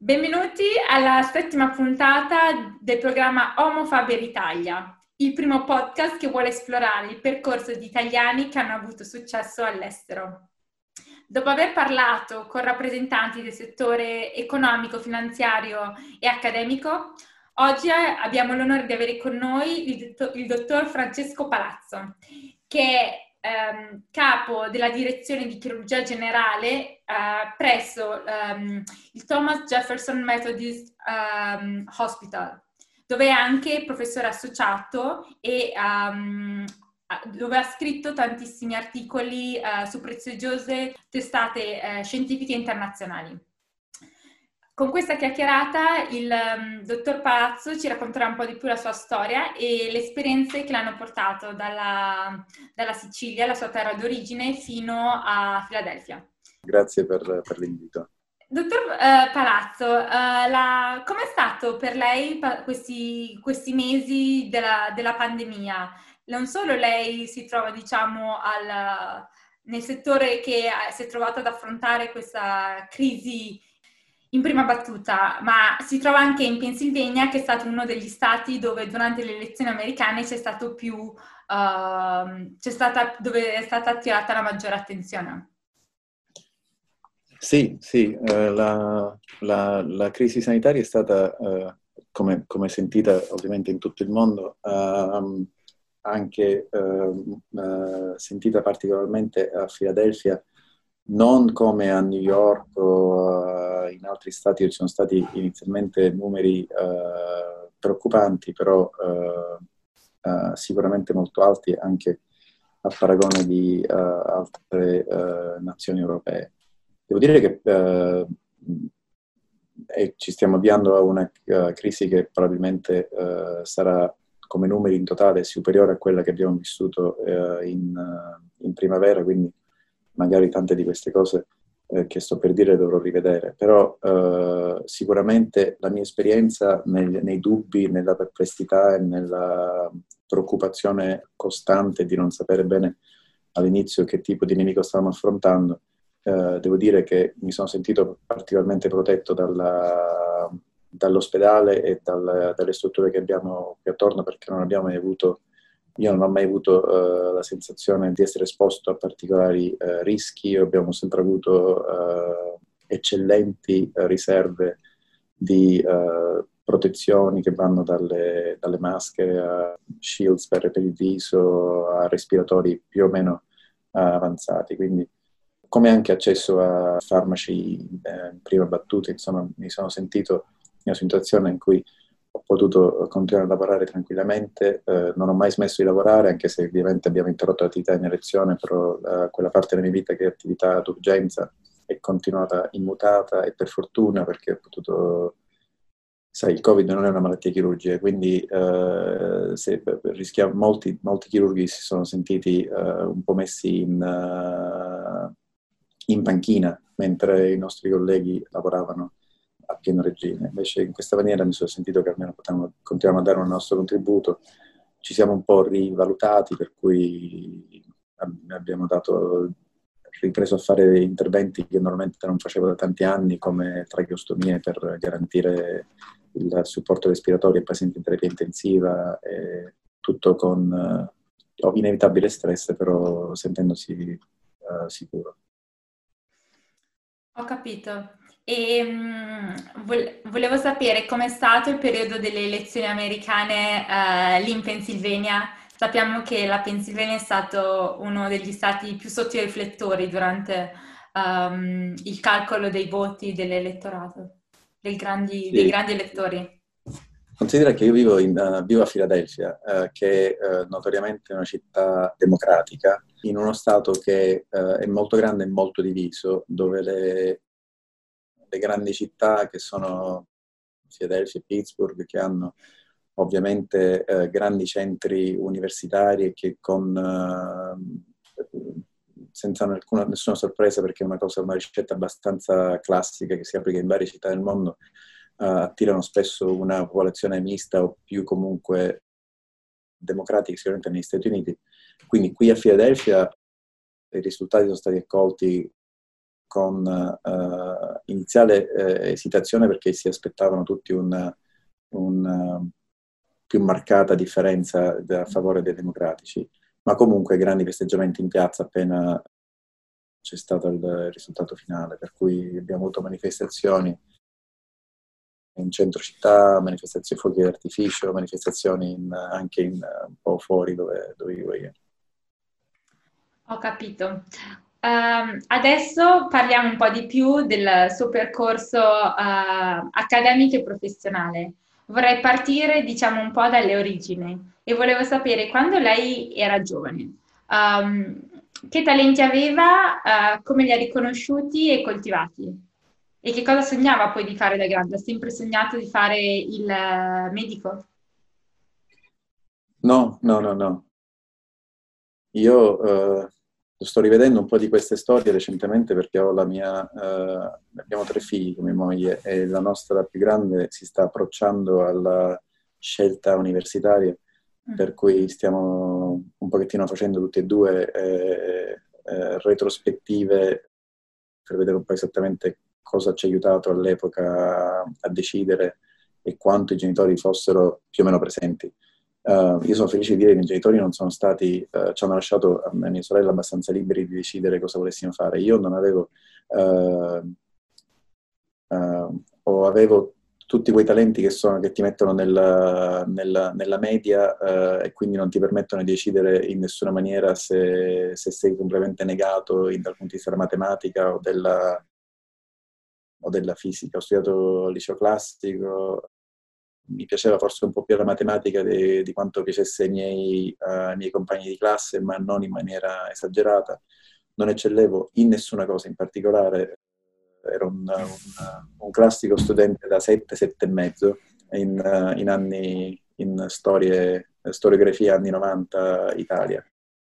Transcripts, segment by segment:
Benvenuti alla settima puntata del programma Homo Faber Italia, il primo podcast che vuole esplorare il percorso di italiani che hanno avuto successo all'estero. Dopo aver parlato con rappresentanti del settore economico, finanziario e accademico, oggi abbiamo l'onore di avere con noi il dottor Francesco Palazzo, che è capo della direzione di chirurgia generale presso il Thomas Jefferson Methodist Hospital, dove è anche professore associato e dove ha scritto tantissimi articoli su prestigiose testate scientifiche internazionali. Con questa chiacchierata il dottor Palazzo ci racconterà un po' di più la sua storia e le esperienze che l'hanno portato dalla Sicilia, la sua terra d'origine, fino a Filadelfia. Grazie per l'invito. Dottor Palazzo, com'è stato per lei questi mesi della pandemia? Non solo lei si trova, diciamo, nel settore che si è trovato ad affrontare questa crisi in prima battuta, ma si trova anche in Pennsylvania, che è stato uno degli stati dove durante le elezioni americane dove è stata attirata la maggiore attenzione. Sì, la crisi sanitaria è stata, come sentita ovviamente in tutto il mondo, anche sentita particolarmente a Filadelfia, non come a New York o in altri stati dove ci sono stati inizialmente numeri preoccupanti, però sicuramente molto alti anche a paragone di altre nazioni europee. Devo dire che ci stiamo avviando a una crisi che probabilmente sarà come numeri in totale superiore a quella che abbiamo vissuto in primavera, quindi magari tante di queste cose che sto per dire dovrò rivedere, però sicuramente la mia esperienza nei dubbi, nella perplessità e nella preoccupazione costante di non sapere bene all'inizio che tipo di nemico stavamo affrontando, devo dire che mi sono sentito particolarmente protetto dall'ospedale e dalle strutture che abbiamo qui attorno, perché io non ho mai avuto la sensazione di essere esposto a particolari rischi. Abbiamo sempre avuto eccellenti riserve di protezioni che vanno dalle maschere a shields per il viso a respiratori più o meno avanzati, quindi come anche accesso a farmaci in prima battuta. Insomma, mi sono sentito in una situazione in cui ho potuto continuare a lavorare tranquillamente, non ho mai smesso di lavorare, anche se ovviamente abbiamo interrotto l'attività in elezione, però quella parte della mia vita che è attività d'urgenza è continuata immutata, e per fortuna, perché ho potuto... Sai, il Covid non è una malattia chirurgica, quindi molti chirurghi si sono sentiti un po' messi in panchina, mentre i nostri colleghi lavoravano a pieno regime. Invece in questa maniera mi sono sentito che almeno continuiamo a dare un nostro contributo. Ci siamo un po' rivalutati, per cui abbiamo ripreso a fare interventi che normalmente non facevo da tanti anni, come tracheostomie per garantire il supporto respiratorio ai pazienti in terapia intensiva, tutto con inevitabile stress, però sentendosi sicuro. Ho capito. E volevo sapere com'è stato il periodo delle elezioni americane lì in Pennsylvania. Sappiamo che la Pennsylvania è stato uno degli stati più sotto i riflettori durante il calcolo dei voti dell'elettorato, dei grandi elettori. Considera che io vivo a Filadelfia, che è notoriamente una città democratica, in uno stato che è molto grande e molto diviso, dove le grandi città che sono Filadelfia e Pittsburgh, che hanno ovviamente grandi centri universitari e che senza nessuna sorpresa, perché è una ricetta abbastanza classica che si applica in varie città del mondo, attirano spesso una popolazione mista o più comunque democratica, sicuramente negli Stati Uniti. Quindi qui a Filadelfia i risultati sono stati accolti con iniziale esitazione perché si aspettavano tutti un più marcata differenza a favore dei democratici, ma comunque grandi festeggiamenti in piazza appena c'è stato il risultato finale, per cui abbiamo avuto manifestazioni in centro città, manifestazioni fuochi d'artificio, manifestazioni anche un po' fuori dove vivo io. Ho capito. Adesso parliamo un po' di più del suo percorso accademico e professionale. Vorrei partire, diciamo, un po' dalle origini e volevo sapere quando lei era giovane, che talenti aveva, come li ha riconosciuti e coltivati e che cosa sognava poi di fare da grande? Ha sempre sognato di fare il medico? No, no, no, no. Io sto rivedendo un po' di queste storie recentemente perché ho abbiamo 3 figli con mia moglie e la nostra più grande si sta approcciando alla scelta universitaria, per cui stiamo un pochettino facendo tutti e due retrospettive per vedere un po' esattamente cosa ci ha aiutato all'epoca a decidere e quanto i genitori fossero più o meno presenti. Io sono felice di dire che i miei genitori non sono stati, ci hanno lasciato a me e mia sorella abbastanza liberi di decidere cosa volessimo fare. Io non avevo, o avevo tutti quei talenti che ti mettono nella media e quindi non ti permettono di decidere in nessuna maniera se sei completamente negato dal punto di vista della matematica o della fisica. Ho studiato al liceo classico, mi piaceva forse un po' più la matematica di quanto piacesse ai miei compagni di classe, ma non in maniera esagerata. Non eccellevo in nessuna cosa in particolare, ero un classico studente da 7, 7 e mezzo in storiografia anni 90 Italia.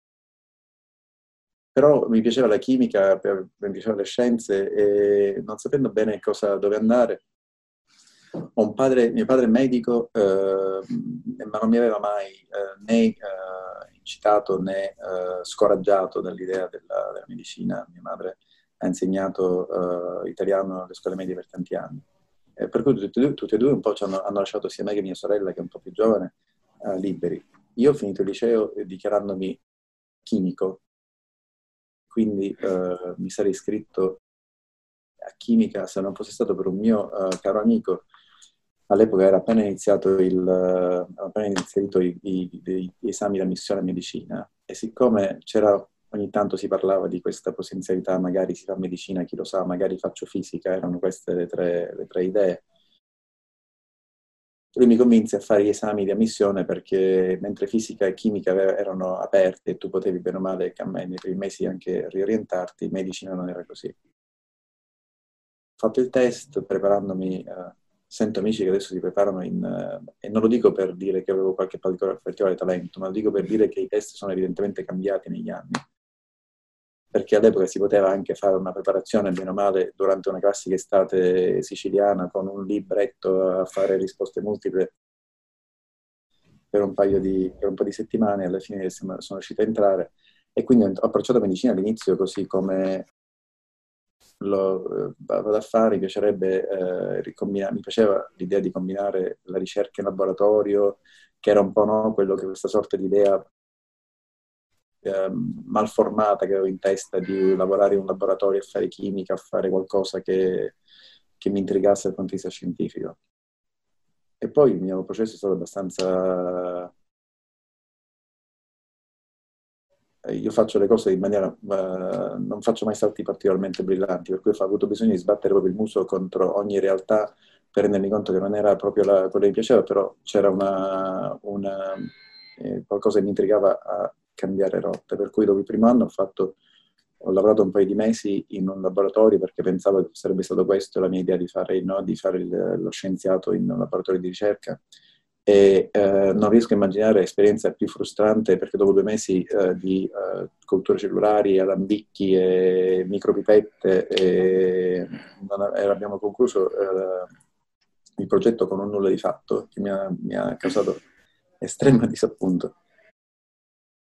Però mi piaceva la chimica, mi piacevano le scienze e non sapendo bene dove andare, mio padre è medico, ma non mi aveva mai né incitato né scoraggiato dall'idea della medicina. Mia madre ha insegnato italiano alle scuole medie per tanti anni. Per cui tutti e due un po' hanno lasciato sia me che mia sorella, che è un po' più giovane, liberi. Io ho finito il liceo dichiarandomi chimico, quindi mi sarei iscritto a chimica se non fosse stato per un mio caro amico. All'epoca era appena iniziato gli esami di ammissione a medicina e siccome ogni tanto si parlava di questa potenzialità, magari si fa medicina, chi lo sa, magari faccio fisica, erano queste le tre idee. Lui mi convinse a fare gli esami di ammissione perché mentre fisica e chimica erano aperte e tu potevi bene o male nei primi mesi anche riorientarti, medicina non era così. Ho fatto il test preparandomi, sento amici che adesso si preparano e non lo dico per dire che avevo qualche particolare talento, ma lo dico per dire che i test sono evidentemente cambiati negli anni. Perché all'epoca si poteva anche fare una preparazione, bene o male, durante una classica estate siciliana con un libretto a fare risposte multiple per un po' di settimane, alla fine sono riuscito a entrare e quindi ho approcciato medicina all'inizio così come vado a fare, mi piacerebbe mi piaceva l'idea di combinare la ricerca in laboratorio, che era un po' quello che questa sorta di idea malformata che avevo in testa di lavorare in un laboratorio a fare chimica, a fare qualcosa che mi intrigasse dal punto di vista scientifico. E poi il mio processo è stato abbastanza... Io faccio le cose in maniera... non faccio mai salti particolarmente brillanti, per cui ho avuto bisogno di sbattere proprio il muso contro ogni realtà per rendermi conto che non era proprio quello che mi piaceva, però c'era qualcosa che mi intrigava a cambiare rotte. Per cui dopo il primo anno ho lavorato un paio di mesi in un laboratorio perché pensavo che sarebbe stato questo la mia idea di fare lo scienziato in un laboratorio di ricerca. E non riesco a immaginare l'esperienza più frustrante perché dopo 2 mesi di colture cellulari, alambicchi e micropipette abbiamo concluso il progetto con un nulla di fatto che mi ha causato estremo disappunto.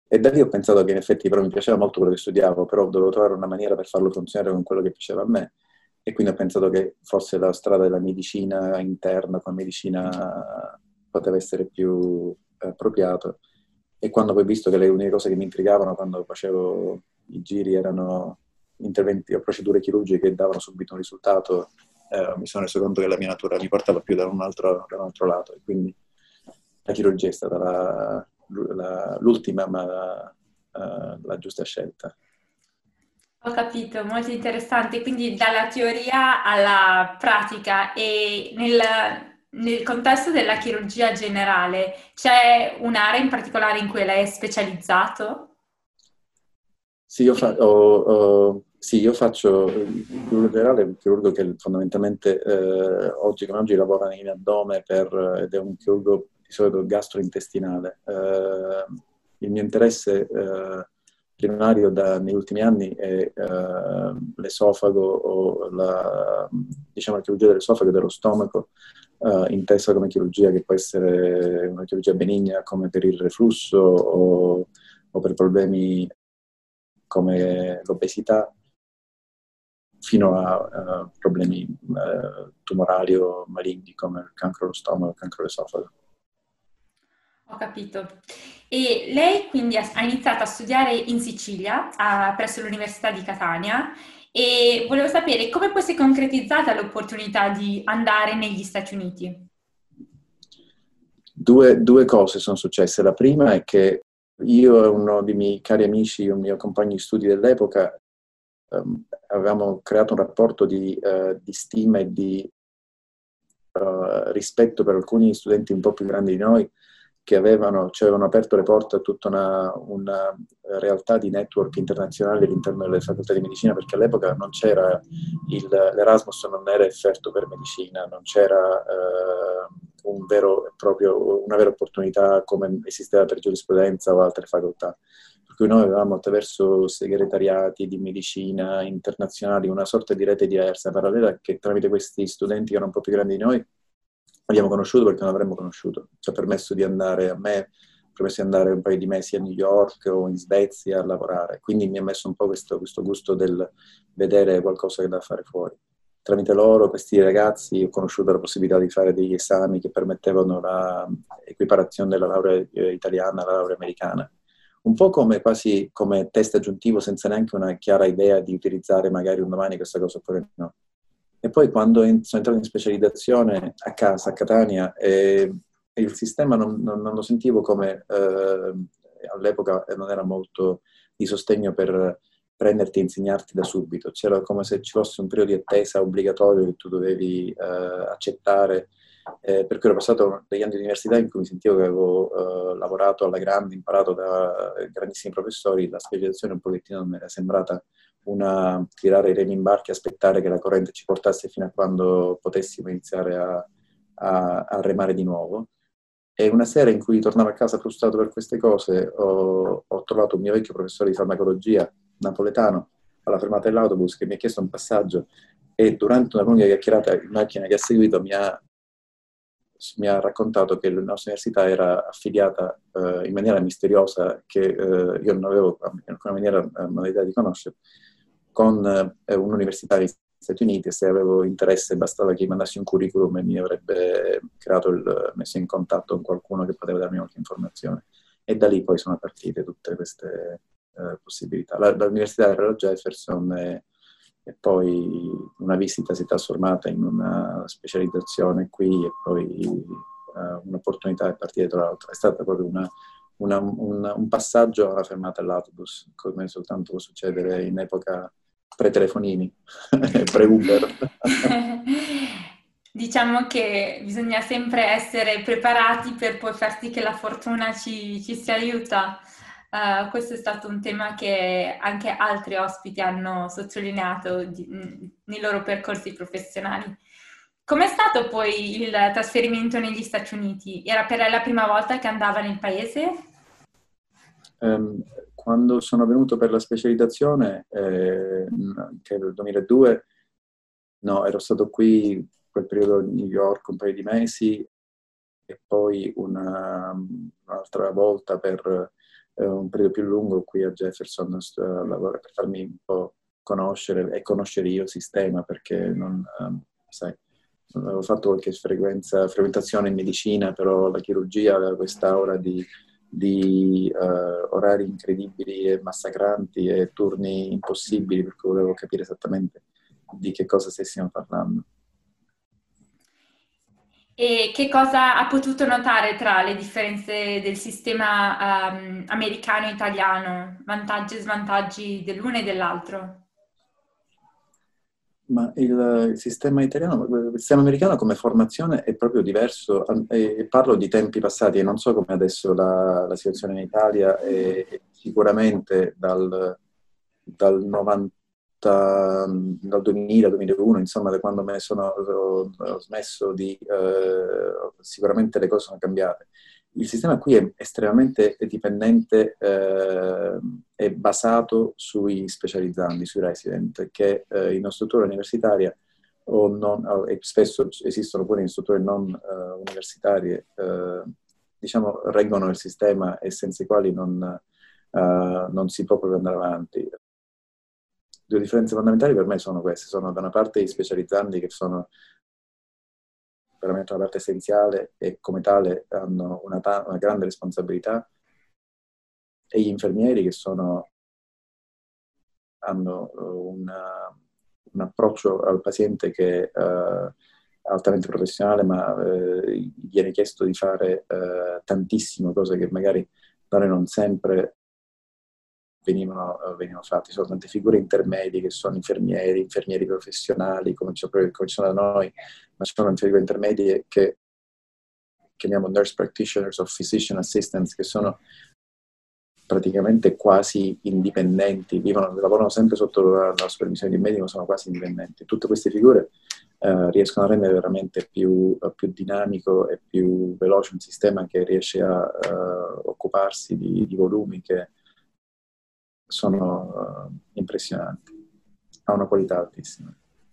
E da lì ho pensato che in effetti però mi piaceva molto quello che studiavo, però dovevo trovare una maniera per farlo funzionare con quello che piaceva a me. E quindi ho pensato che forse la strada della medicina interna con medicina poteva essere più appropriato. E quando poi ho visto che le uniche cose che mi intrigavano quando facevo i giri erano interventi o procedure chirurgiche che davano subito un risultato, mi sono reso conto che la mia natura mi portava più da un altro lato. E quindi la chirurgia è stata l'ultima, ma la giusta scelta. Ho capito, molto interessante. Quindi dalla teoria alla pratica e nel contesto della chirurgia generale c'è un'area in particolare in cui lei è specializzato? Sì, sì, io faccio il chirurgo generale, un chirurgo che fondamentalmente oggi come oggi lavora in addome ed è un chirurgo di solito gastrointestinale. Il mio interesse primario negli ultimi anni è l'esofago o diciamo, la chirurgia dell'esofago e dello stomaco, intesa come chirurgia che può essere una chirurgia benigna come per il reflusso o per problemi come l'obesità, fino a problemi tumorali o maligni come il cancro allo stomaco, il cancro all'esofago. Ho capito. E lei quindi ha iniziato a studiare in Sicilia, presso l'Università di Catania, e volevo sapere come poi si è concretizzata l'opportunità di andare negli Stati Uniti. Due cose sono successe. La prima è che io e uno dei miei cari amici, un mio compagno di studi dell'epoca, avevamo creato un rapporto di stima e di rispetto per alcuni studenti un po' più grandi di noi che ci avevano aperto le porte a tutta una realtà di network internazionali all'interno delle facoltà di medicina, perché all'epoca non c'era l'Erasmus, non era offerto per medicina, non c'era una vera opportunità come esisteva per giurisprudenza o altre facoltà. Per cui noi avevamo attraverso segretariati di medicina internazionali una sorta di rete diversa, parallela, che tramite questi studenti che erano un po' più grandi di noi abbiamo conosciuto perché non avremmo conosciuto. Ci ha permesso di andare, a me ha permesso di andare un paio di mesi a New York o in Svezia a lavorare. Quindi mi ha messo un po' questo gusto del vedere qualcosa che da fare fuori. Tramite loro, questi ragazzi, ho conosciuto la possibilità di fare degli esami che permettevano l'equiparazione della laurea italiana alla laurea americana. Un po' quasi come test aggiuntivo, senza neanche una chiara idea di utilizzare magari un domani questa cosa oppure no. E poi quando sono entrato in specializzazione a casa, a Catania, e il sistema non lo sentivo come all'epoca non era molto di sostegno per prenderti e insegnarti da subito. C'era come se ci fosse un periodo di attesa obbligatorio che tu dovevi accettare, per cui ero passato degli anni di università in cui mi sentivo che avevo lavorato alla grande, imparato da grandissimi professori, la specializzazione un pochettino mi era sembrata tirare i remi in barca e aspettare che la corrente ci portasse fino a quando potessimo iniziare a remare di nuovo. E una sera in cui tornavo a casa frustrato per queste cose, ho trovato un mio vecchio professore di farmacologia napoletano alla fermata dell'autobus che mi ha chiesto un passaggio e durante una lunga chiacchierata in macchina che ha seguito mi ha raccontato che la nostra università era affiliata in maniera misteriosa che io non avevo alcuna idea di conoscere, con un'università negli Stati Uniti, e se avevo interesse bastava che mandassi un curriculum e mi avrebbe messo in contatto con qualcuno che poteva darmi qualche informazione. E da lì poi sono partite tutte queste possibilità. L'università era la Jefferson e poi una visita si è trasformata in una specializzazione qui e poi un'opportunità è partita tra l'altro. È stata proprio un passaggio a una fermata all'autobus, come soltanto può succedere in epoca pre-telefonini, pre-Uber. Diciamo che bisogna sempre essere preparati per poi far sì che la fortuna ci si aiuta. Questo è stato un tema che anche altri ospiti hanno sottolineato nei loro percorsi professionali. Com'è stato poi il trasferimento negli Stati Uniti? Era per lei la prima volta che andava nel paese? Quando sono venuto per la specializzazione, che era il 2002, no, ero stato qui quel periodo a New York un paio di mesi e poi un'altra volta per un periodo più lungo qui a Jefferson per farmi un po' conoscere e conoscere io il sistema, perché non, sai, avevo fatto qualche frequentazione in medicina, però la chirurgia aveva questa ora di orari incredibili e massacranti e turni impossibili, per cui volevo capire esattamente di che cosa stessimo parlando. E che cosa ha potuto notare tra le differenze del sistema americano e italiano, vantaggi e svantaggi dell'uno e dell'altro? Ma il sistema italiano, il sistema americano come formazione è proprio diverso, e parlo di tempi passati, e non so come adesso la situazione in Italia, e sicuramente dal 90, dal 2000-2001, insomma, da quando ho smesso sicuramente le cose sono cambiate. Il sistema qui è estremamente dipendente e basato sui specializzandi, sui resident, che in una struttura universitaria e spesso esistono pure in strutture non universitarie, diciamo, reggono il sistema e senza i quali non si può proprio andare avanti. Due differenze fondamentali per me sono queste: sono da una parte gli specializzandi, che sono veramente una parte essenziale e come tale hanno una grande responsabilità, e gli infermieri che hanno un approccio al paziente che è altamente professionale, ma viene chiesto di fare tantissime cose che magari da noi non sempre venivano fatte. Sono tante figure intermedie che sono infermieri professionali, come ci sono da noi, ma ci sono figure intermedie che chiamiamo nurse practitioners o physician assistants, che sono praticamente quasi indipendenti, lavorano sempre sotto la supervisione di un medico, sono quasi indipendenti. Tutte queste figure riescono a rendere veramente più dinamico e più veloce un sistema che riesce a occuparsi di volumi che sono impressionanti, ha una qualità altissima.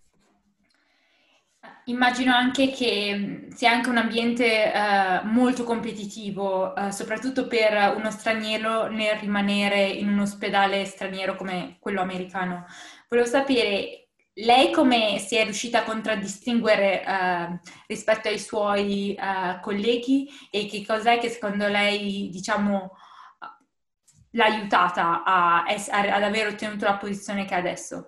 Immagino anche che sia anche un ambiente molto competitivo, soprattutto per uno straniero nel rimanere in un ospedale straniero come quello americano. Volevo sapere, lei come si è riuscita a contraddistinguere rispetto ai suoi colleghi, e che cos'è che secondo lei, diciamo, l'ha aiutata ad aver ottenuto la posizione che ha adesso?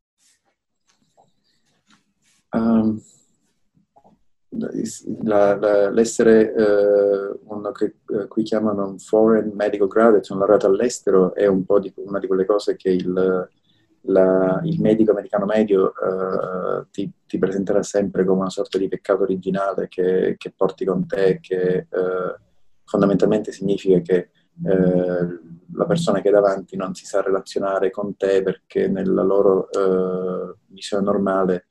L'essere uno che qui chiamano un foreign medical graduate, un laureato all'estero, è un po' una di quelle cose che il medico americano medio ti presenterà sempre come una sorta di peccato originale che porti con te, che fondamentalmente significa che la persona che è davanti non si sa relazionare con te, perché nella loro visione normale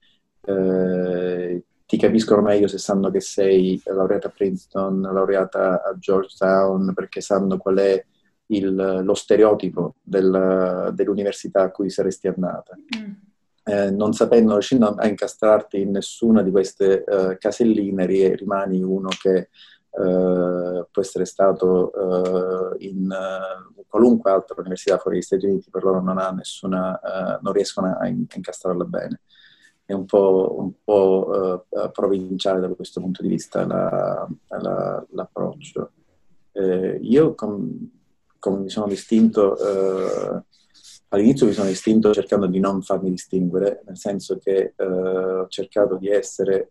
ti capiscono meglio se sanno che sei laureata a Princeton, laureata a Georgetown, perché sanno qual è lo stereotipo dell'università a cui saresti andata. Non riuscendo a incastrarti in nessuna di queste caselline, rimani uno che può essere stato in qualunque altra università fuori dagli Stati Uniti, per loro non ha non riescono a incastrarla bene. È un po' provinciale da questo punto di vista l'approccio. Io mi sono distinto, all'inizio mi sono distinto cercando di non farmi distinguere, nel senso che ho cercato di essere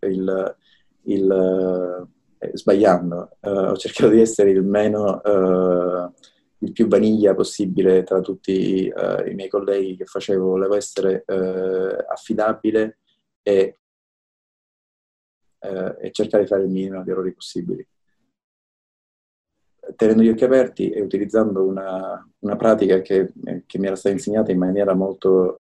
sbagliando, ho cercato di essere il più vaniglia possibile tra tutti i miei colleghi che facevo. Volevo essere affidabile e cercare di fare il minimo di errori possibili, tenendo gli occhi aperti e utilizzando una pratica che mi era stata insegnata in maniera molto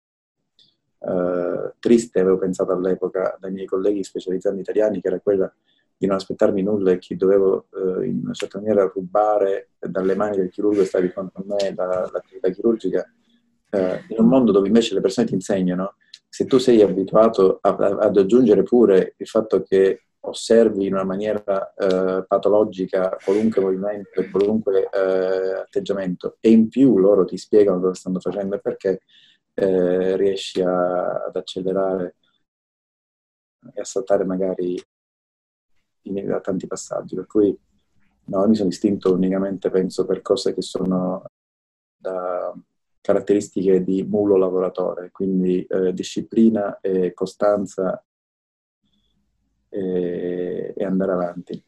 triste, avevo pensato all'epoca, dai miei colleghi specializzandi italiani, che era quella di non aspettarmi nulla e che dovevo in una certa maniera rubare dalle mani del chirurgo che stava di fronte a me l'attività chirurgica, in un mondo dove invece le persone ti insegnano. Se tu sei abituato ad aggiungere pure il fatto che osservi in una maniera patologica qualunque movimento e qualunque atteggiamento, e in più loro ti spiegano cosa stanno facendo e perché, riesci ad accelerare e a saltare magari da tanti passaggi. Per cui no, mi sono distinto unicamente, penso, per cose che sono da caratteristiche di mulo lavoratore, quindi disciplina e costanza e andare avanti.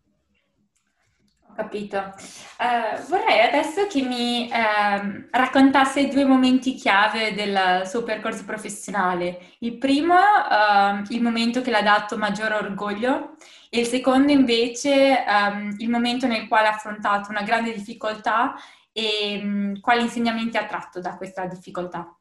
Ho capito. Vorrei adesso che mi raccontasse 2 momenti chiave del suo percorso professionale. Il primo, il momento che le ha dato maggiore orgoglio, e il secondo invece, il momento nel quale ha affrontato una grande difficoltà e quali insegnamenti ha tratto da questa difficoltà.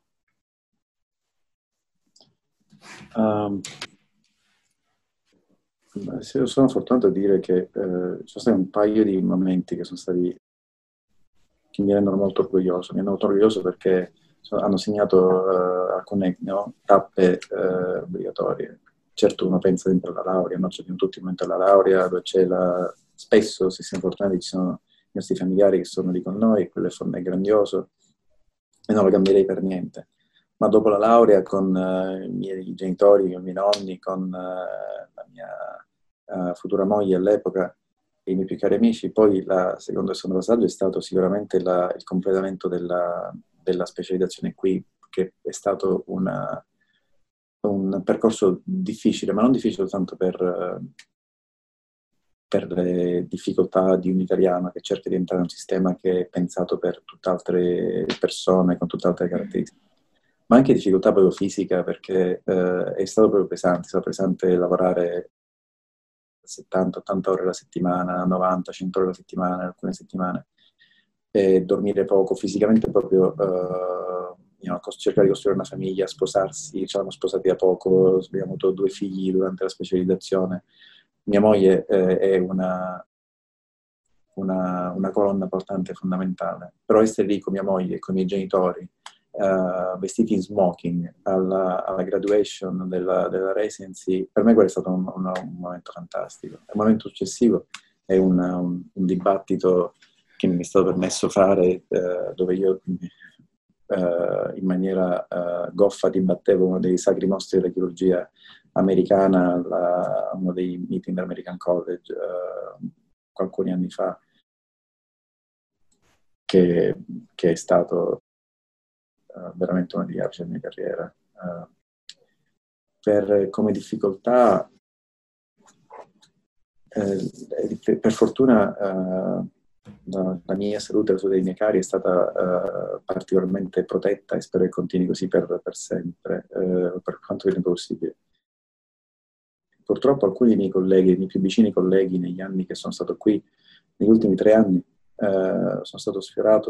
Sono fortunato a dire che ci sono stati un paio di momenti che mi rendono molto orgoglioso. Mi rendono molto orgoglioso perché hanno segnato alcune tappe obbligatorie. Certo, uno pensa sempre alla laurea, no? C'è tutti il momento della laurea, dove spesso, se siamo fortunati, ci sono i nostri familiari che sono lì con noi, quello è grandioso e non lo cambierei per niente. Ma dopo la laurea, con i miei genitori, con i miei nonni, con la mia futura moglie all'epoca e i miei più cari amici, poi il secondo passaggio è stato sicuramente il completamento della specializzazione qui, che è stato un percorso difficile, ma non difficile soltanto per le difficoltà di un italiano che cerca di entrare in un sistema che è pensato per tutt'altre persone, con tutt'altre caratteristiche, ma anche difficoltà proprio fisica, perché è stato proprio pesante. È stato pesante lavorare 70-80 ore alla settimana, 90, 100 ore alla settimana, in alcune settimane, e dormire poco, fisicamente proprio cercare di costruire una famiglia, sposarsi. Ci eravamo sposati da poco, abbiamo avuto 2 figli durante la specializzazione. Mia moglie è una colonna portante fondamentale, però essere lì con mia moglie e con i miei genitori, vestiti in smoking alla graduation della residency, per me quello è stato un momento fantastico. Il momento successivo è un dibattito che mi è stato permesso fare, dove io in maniera goffa dibattevo uno dei sacri mostri della chirurgia americana a uno dei meeting dell'American College alcuni anni fa, che è stato veramente uno degli apici della mia carriera. Come difficoltà, per fortuna la mia salute e la salute dei miei cari è stata particolarmente protetta, e spero che continui così per sempre, per quanto tempo possibile. Purtroppo alcuni dei miei colleghi, dei miei più vicini colleghi, negli anni che sono stato qui, negli ultimi 3 anni, sono stato sfiorato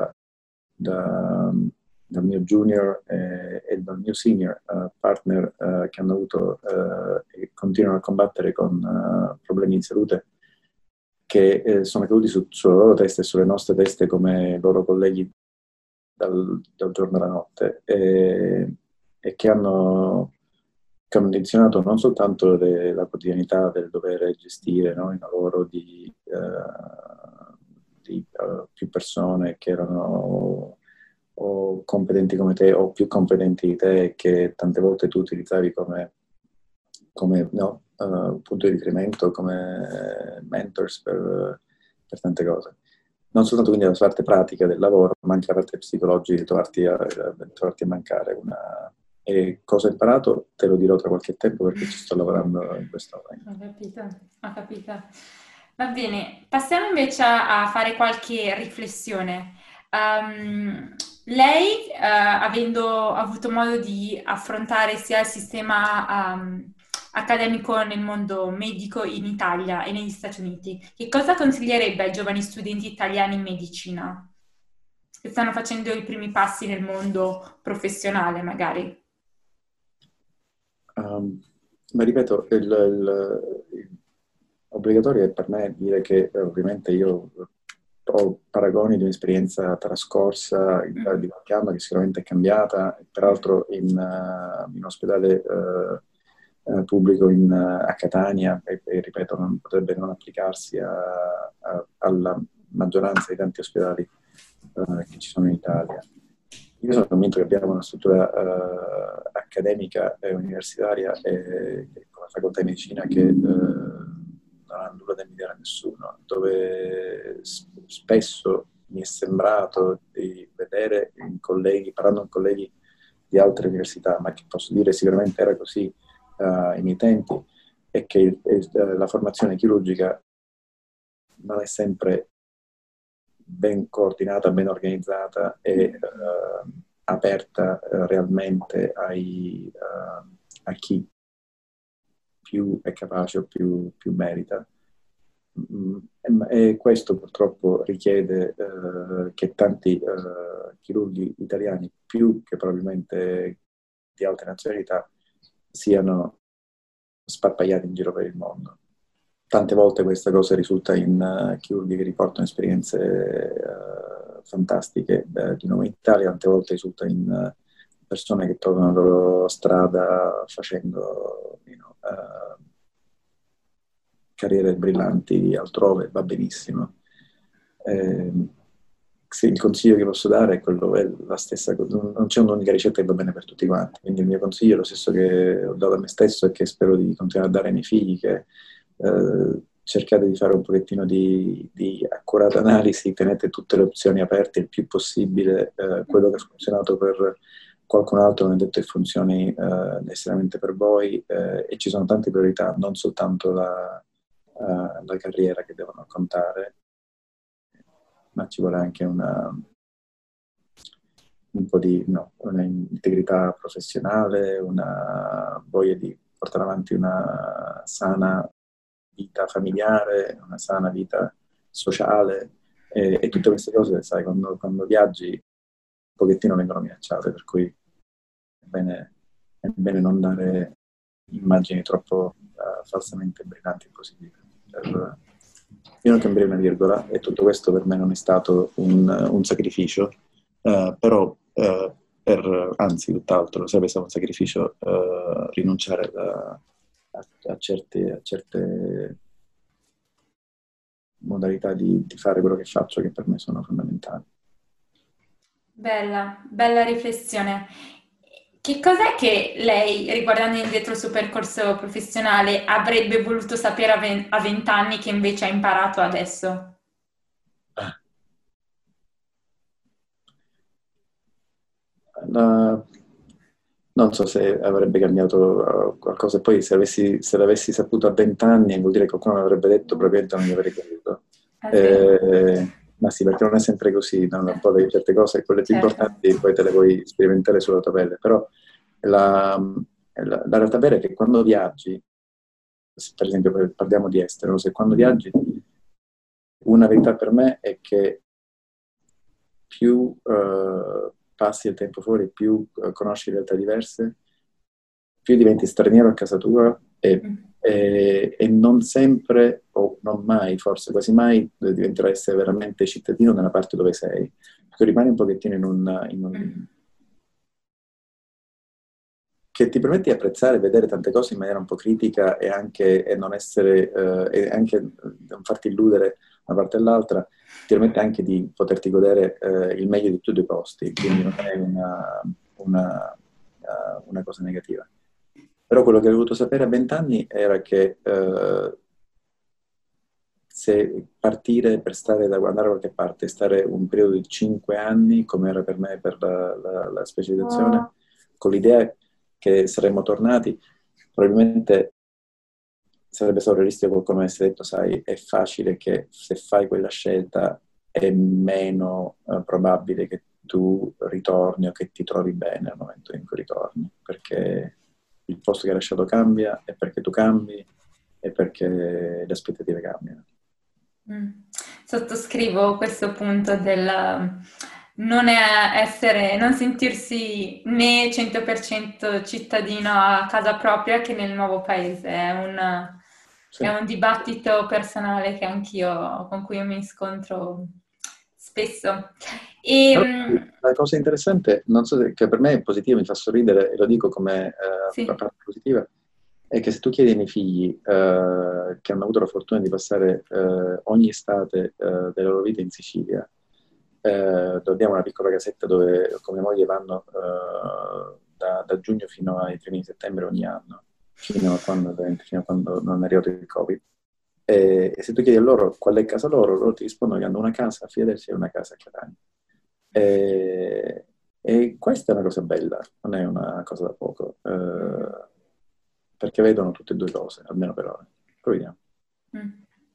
dal mio junior e dal mio senior partner, che hanno avuto e continuano a combattere con problemi di salute che sono caduti sulle loro teste e sulle nostre teste come loro colleghi dal giorno alla notte, e che hanno condizionato non soltanto la quotidianità del dover gestire, no, il lavoro di più persone che erano o competenti come te o più competenti di te, che tante volte tu utilizzavi come no, punto di riferimento, come mentors per tante cose. Non soltanto quindi la parte pratica del lavoro, ma anche la parte psicologica di trovarti a mancare. E cosa ho imparato te lo dirò tra qualche tempo, perché ci sto lavorando in questo momento. Ho capito. Va bene, passiamo invece a fare qualche riflessione. Lei, avendo avuto modo di affrontare sia il sistema accademico nel mondo medico in Italia e negli Stati Uniti, che cosa consiglierebbe ai giovani studenti italiani in medicina che stanno facendo i primi passi nel mondo professionale, magari? Ma ripeto, obbligatorio è per me dire che ovviamente io ho paragoni di un'esperienza trascorsa di qualche anno, che sicuramente è cambiata, peraltro in un ospedale pubblico a Catania, e ripeto, non potrebbe non applicarsi alla maggioranza di tanti ospedali che ci sono in Italia. Io sono convinto che abbiamo una struttura accademica e universitaria come facoltà di medicina che non ha nulla da invidiare a nessuno, dove spesso mi è sembrato di vedere parlando con colleghi di altre università, ma che posso dire sicuramente era così ai miei tempi, è che la formazione chirurgica non è sempre ben coordinata, ben organizzata e aperta realmente a chi più è capace o più merita. E questo purtroppo richiede che tanti chirurghi italiani, più che probabilmente di altre nazionalità, siano sparpagliati in giro per il mondo. Tante volte questa cosa risulta in chirurghi che riportano esperienze fantastiche di nuovo in Italia, tante volte risulta in persone che trovano la loro strada facendo carriere brillanti altrove, va benissimo. Sì, il consiglio che posso dare è quello, è la stessa cosa, non c'è un'unica ricetta che va bene per tutti quanti, quindi il mio consiglio è lo stesso che ho dato a me stesso e che spero di continuare a dare ai miei figli, che cercate di fare un pochettino di accurata analisi, tenete tutte le opzioni aperte il più possibile, quello che ha funzionato per qualcun altro non è detto che funzioni necessariamente per voi, e ci sono tante priorità, non soltanto la carriera che devono contare, ma ci vuole anche un po' di un'integrità professionale, una voglia di portare avanti una sana vita familiare, una sana vita sociale, e tutte queste cose, sai, quando viaggi un pochettino vengono minacciate, per cui è bene non dare immagini troppo falsamente brillanti e positive. Io non cambierei una virgola, e tutto questo per me non è stato un sacrificio, però anzi, tutt'altro, sarebbe stato un sacrificio rinunciare a certe modalità di fare quello che faccio, che per me sono fondamentali. Bella riflessione. Che cos'è che lei, riguardando indietro il suo percorso professionale, avrebbe voluto sapere a 20 anni che invece ha imparato adesso? Non so se avrebbe cambiato qualcosa, poi se l'avessi saputo a 20 anni vuol dire che qualcuno mi avrebbe detto, probabilmente non mi avrei creduto. Ma sì, perché non è sempre così, no? Un po' di certe cose, quelle più Certo. importanti poi te le puoi sperimentare sulla tua pelle, però la realtà vera è che quando viaggi, per esempio parliamo di estero, se quando viaggi, una verità per me è che più passi il tempo fuori, più conosci realtà diverse, più diventi straniero a casa tua, e non sempre, o non mai, forse quasi mai, diventerai essere veramente cittadino nella parte dove sei, perché rimani un pochettino in un che ti permette di apprezzare e vedere tante cose in maniera un po' critica, e anche non essere, e anche non farti illudere da una parte e l'altra, ti permette anche di poterti godere il meglio di tutti i due posti, quindi non è una cosa negativa. Però quello che avevo voluto sapere a 20 anni era che se partire per andare da qualche parte, stare un periodo di 5 anni, come era per me per la specializzazione, con l'idea che saremmo tornati, probabilmente sarebbe stato realistico qualcuno avesse detto, sai, è facile che se fai quella scelta è meno probabile che tu ritorni o che ti trovi bene al momento in cui ritorni, perché il posto che hai lasciato cambia, e perché tu cambi, e perché le aspettative cambiano. Sottoscrivo questo punto del non sentirsi né 100% cittadino a casa propria che nel nuovo paese. È un dibattito personale con cui io mi scontro spesso. La cosa interessante, non so che per me è positiva, mi fa sorridere, e lo dico come Sì. una parte positiva, è che se tu chiedi ai miei figli, che hanno avuto la fortuna di passare ogni estate della loro vita in Sicilia, dove abbiamo una piccola casetta dove con mia moglie vanno da giugno fino ai primi di settembre ogni anno, fino a quando non è arrivato il Covid. E se tu chiedi a loro qual è casa loro ti rispondono che hanno una casa a Filadelfia e una casa a Catania. E questa è una cosa bella, non è una cosa da poco, perché vedono tutte e due cose, almeno per ora. Poi vediamo. Mm.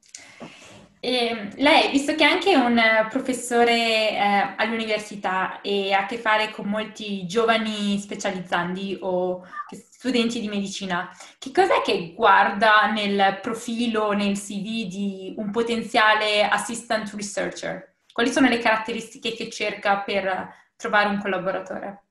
E lei, visto che è anche un professore all'università e ha a che fare con molti giovani specializzandi o studenti di medicina, che cos'è che guarda nel profilo, nel CV di un potenziale assistant researcher? Quali sono le caratteristiche che cerca per trovare un collaboratore?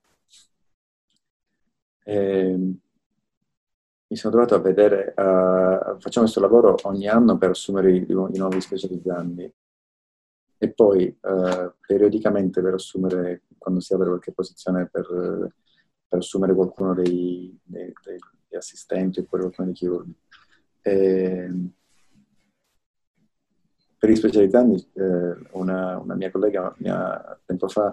Mi sono trovato a vedere, facciamo questo lavoro ogni anno per assumere i nuovi specializzandi e poi periodicamente per assumere, quando si apre qualche posizione, per assumere qualcuno degli assistenti oppure qualcuno dei chirurghi. Per gli specializzandi, una mia collega mi ha tempo fa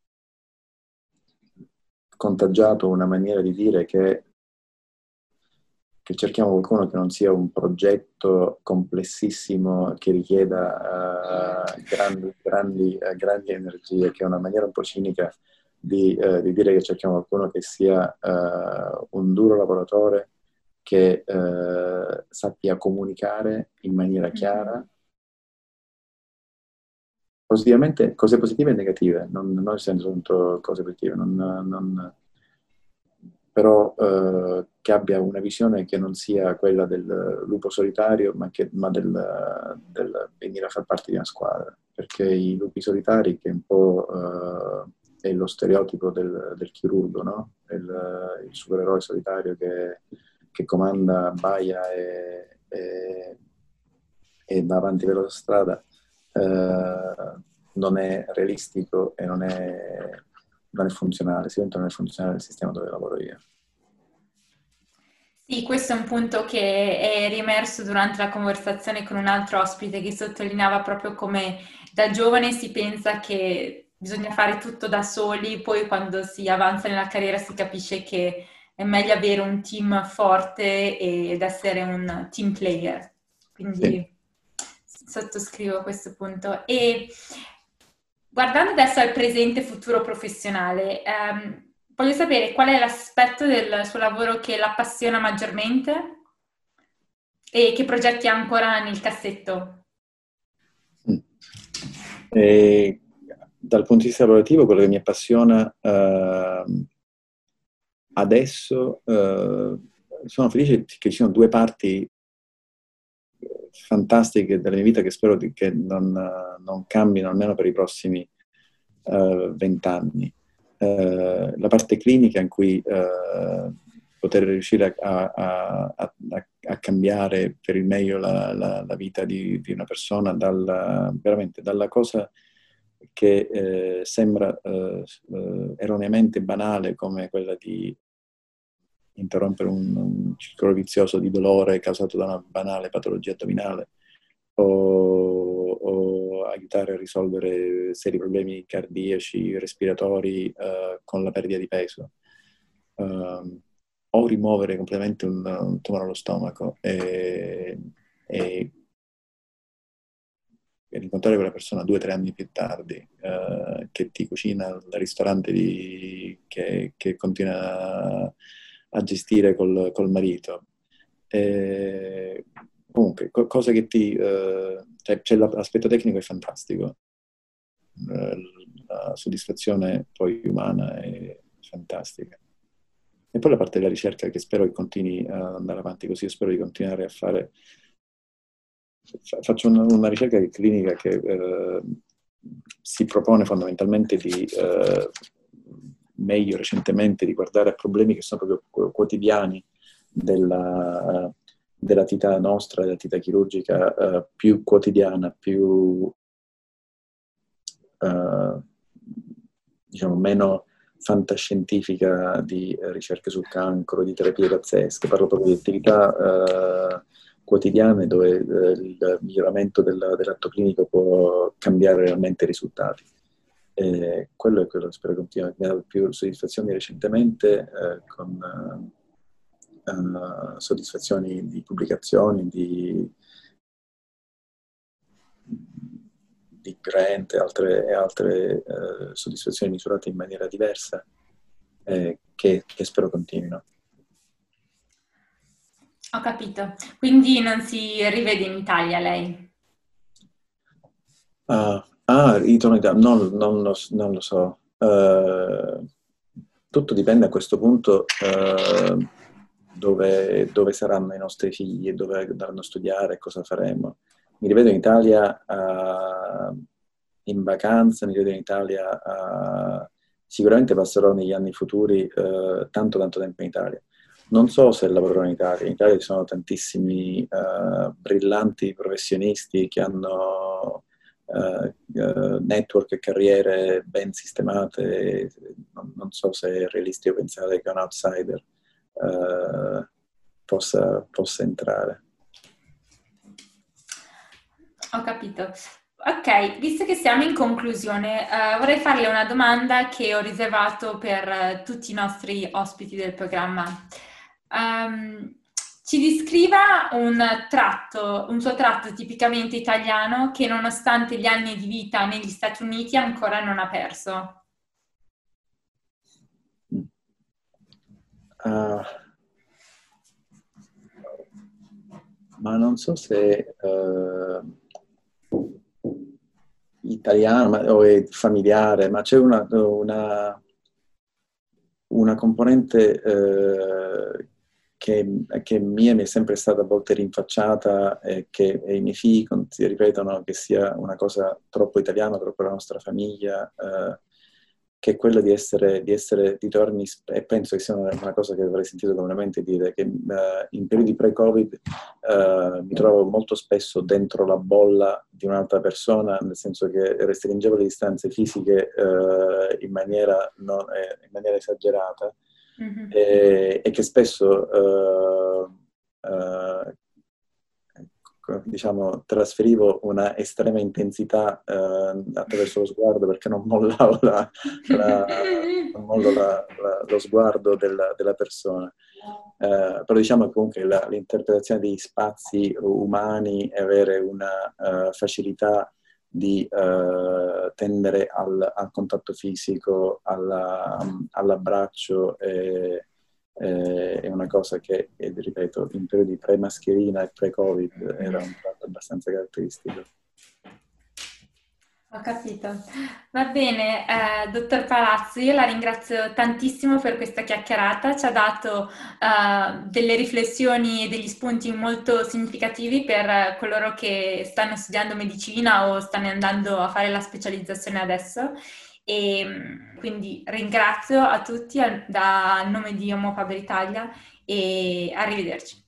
contagiato una maniera di dire che cerchiamo qualcuno che non sia un progetto complessissimo che richieda grandi energie, che è una maniera un po' cinica di dire che cerchiamo qualcuno che sia un duro lavoratore, che sappia comunicare in maniera chiara, positivamente, cose positive e negative, non sento soltanto cose positive, però che abbia una visione che non sia quella del lupo solitario, ma del venire a far parte di una squadra, perché i lupi solitari, che un po' è lo stereotipo del chirurgo, no? Il supereroe solitario che comanda, baia e va avanti per la strada, non è realistico e non è funzionale, sicuramente non è funzionale il sistema dove lavoro io. Sì, questo è un punto che è riemerso durante la conversazione con un altro ospite che sottolineava proprio come da giovane si pensa che bisogna fare tutto da soli, poi quando si avanza nella carriera si capisce che è meglio avere un team forte ed essere un team player. Sì. Quindi sottoscrivo questo punto. E guardando adesso al presente e futuro professionale, voglio sapere qual è l'aspetto del suo lavoro che l'appassiona maggiormente e che progetti ha ancora nel cassetto. E, dal punto di vista lavorativo, quello che mi appassiona adesso, sono felice che ci siano due parti fantastiche della mia vita che spero che non cambino almeno per i prossimi 20 anni. La parte clinica in cui poter riuscire a cambiare per il meglio la vita di una persona, veramente dalla cosa che sembra erroneamente banale, come quella di interrompere un circolo vizioso di dolore causato da una banale patologia addominale, o aiutare a risolvere seri problemi cardiaci, respiratori con la perdita di peso, o rimuovere completamente un tumore allo stomaco e rincontrare quella persona 2 o 3 anni più tardi, che ti cucina al ristorante che continua a gestire col marito. Comunque, cosa che cioè l'aspetto tecnico è fantastico, la soddisfazione poi umana è fantastica. E poi la parte della ricerca che spero che continui ad andare avanti così, io spero di continuare a fare. Faccio una ricerca clinica che si propone fondamentalmente meglio recentemente, di guardare a problemi che sono proprio quotidiani dell'attività nostra, dell'attività chirurgica, più quotidiana, più diciamo meno fantascientifica di ricerche sul cancro, di terapie pazzesche, parlo proprio di attività quotidiane dove il miglioramento dell'atto clinico può cambiare realmente i risultati. Quello è quello che spero continui. Mi ha dato più soddisfazioni recentemente con soddisfazioni di pubblicazioni, di grant e altre soddisfazioni misurate in maniera diversa che spero continuino. Ho capito. Quindi non si rivede in Italia lei? Ritorno in Italia, non lo so. Tutto dipende a questo punto dove saranno i nostri figli, dove andranno a studiare, cosa faremo. Mi rivedo in Italia in vacanza, mi rivedo in Italia, sicuramente passerò negli anni futuri tanto tempo in Italia. Non so se lavorerò in Italia. In Italia ci sono tantissimi brillanti professionisti che hanno network e carriere ben sistemate. Non so se è realistico pensare che un outsider possa entrare. Ho capito. Ok, visto che siamo in conclusione, vorrei farle una domanda che ho riservato per tutti i nostri ospiti del programma. Ci descriva un suo tratto tipicamente italiano che nonostante gli anni di vita negli Stati Uniti ancora non ha perso. Ma non so se italiano o è familiare, ma c'è una componente che mi è sempre stata a volte rinfacciata e che i miei figli ripetono che sia una cosa troppo italiana, troppo la nostra famiglia, che è quella di torni, e penso che sia una cosa che avrei sentito comunemente dire, che in periodi pre-Covid mi trovavo molto spesso dentro la bolla di un'altra persona, nel senso che restringevo le distanze fisiche in maniera esagerata. Mm-hmm. E che spesso diciamo, trasferivo una estrema intensità attraverso lo sguardo, perché non mollavo lo sguardo della persona. Però diciamo che comunque l'interpretazione degli spazi umani e avere una facilità di tendere al contatto fisico, all'abbraccio è una cosa che, ripeto, in periodi pre-mascherina e pre-Covid era un tratto abbastanza caratteristico. Ho capito. Va bene, dottor Palazzo, io la ringrazio tantissimo per questa chiacchierata, ci ha dato delle riflessioni e degli spunti molto significativi per coloro che stanno studiando medicina o stanno andando a fare la specializzazione adesso. E quindi ringrazio a tutti a nome di Homo Faber Italia e arrivederci.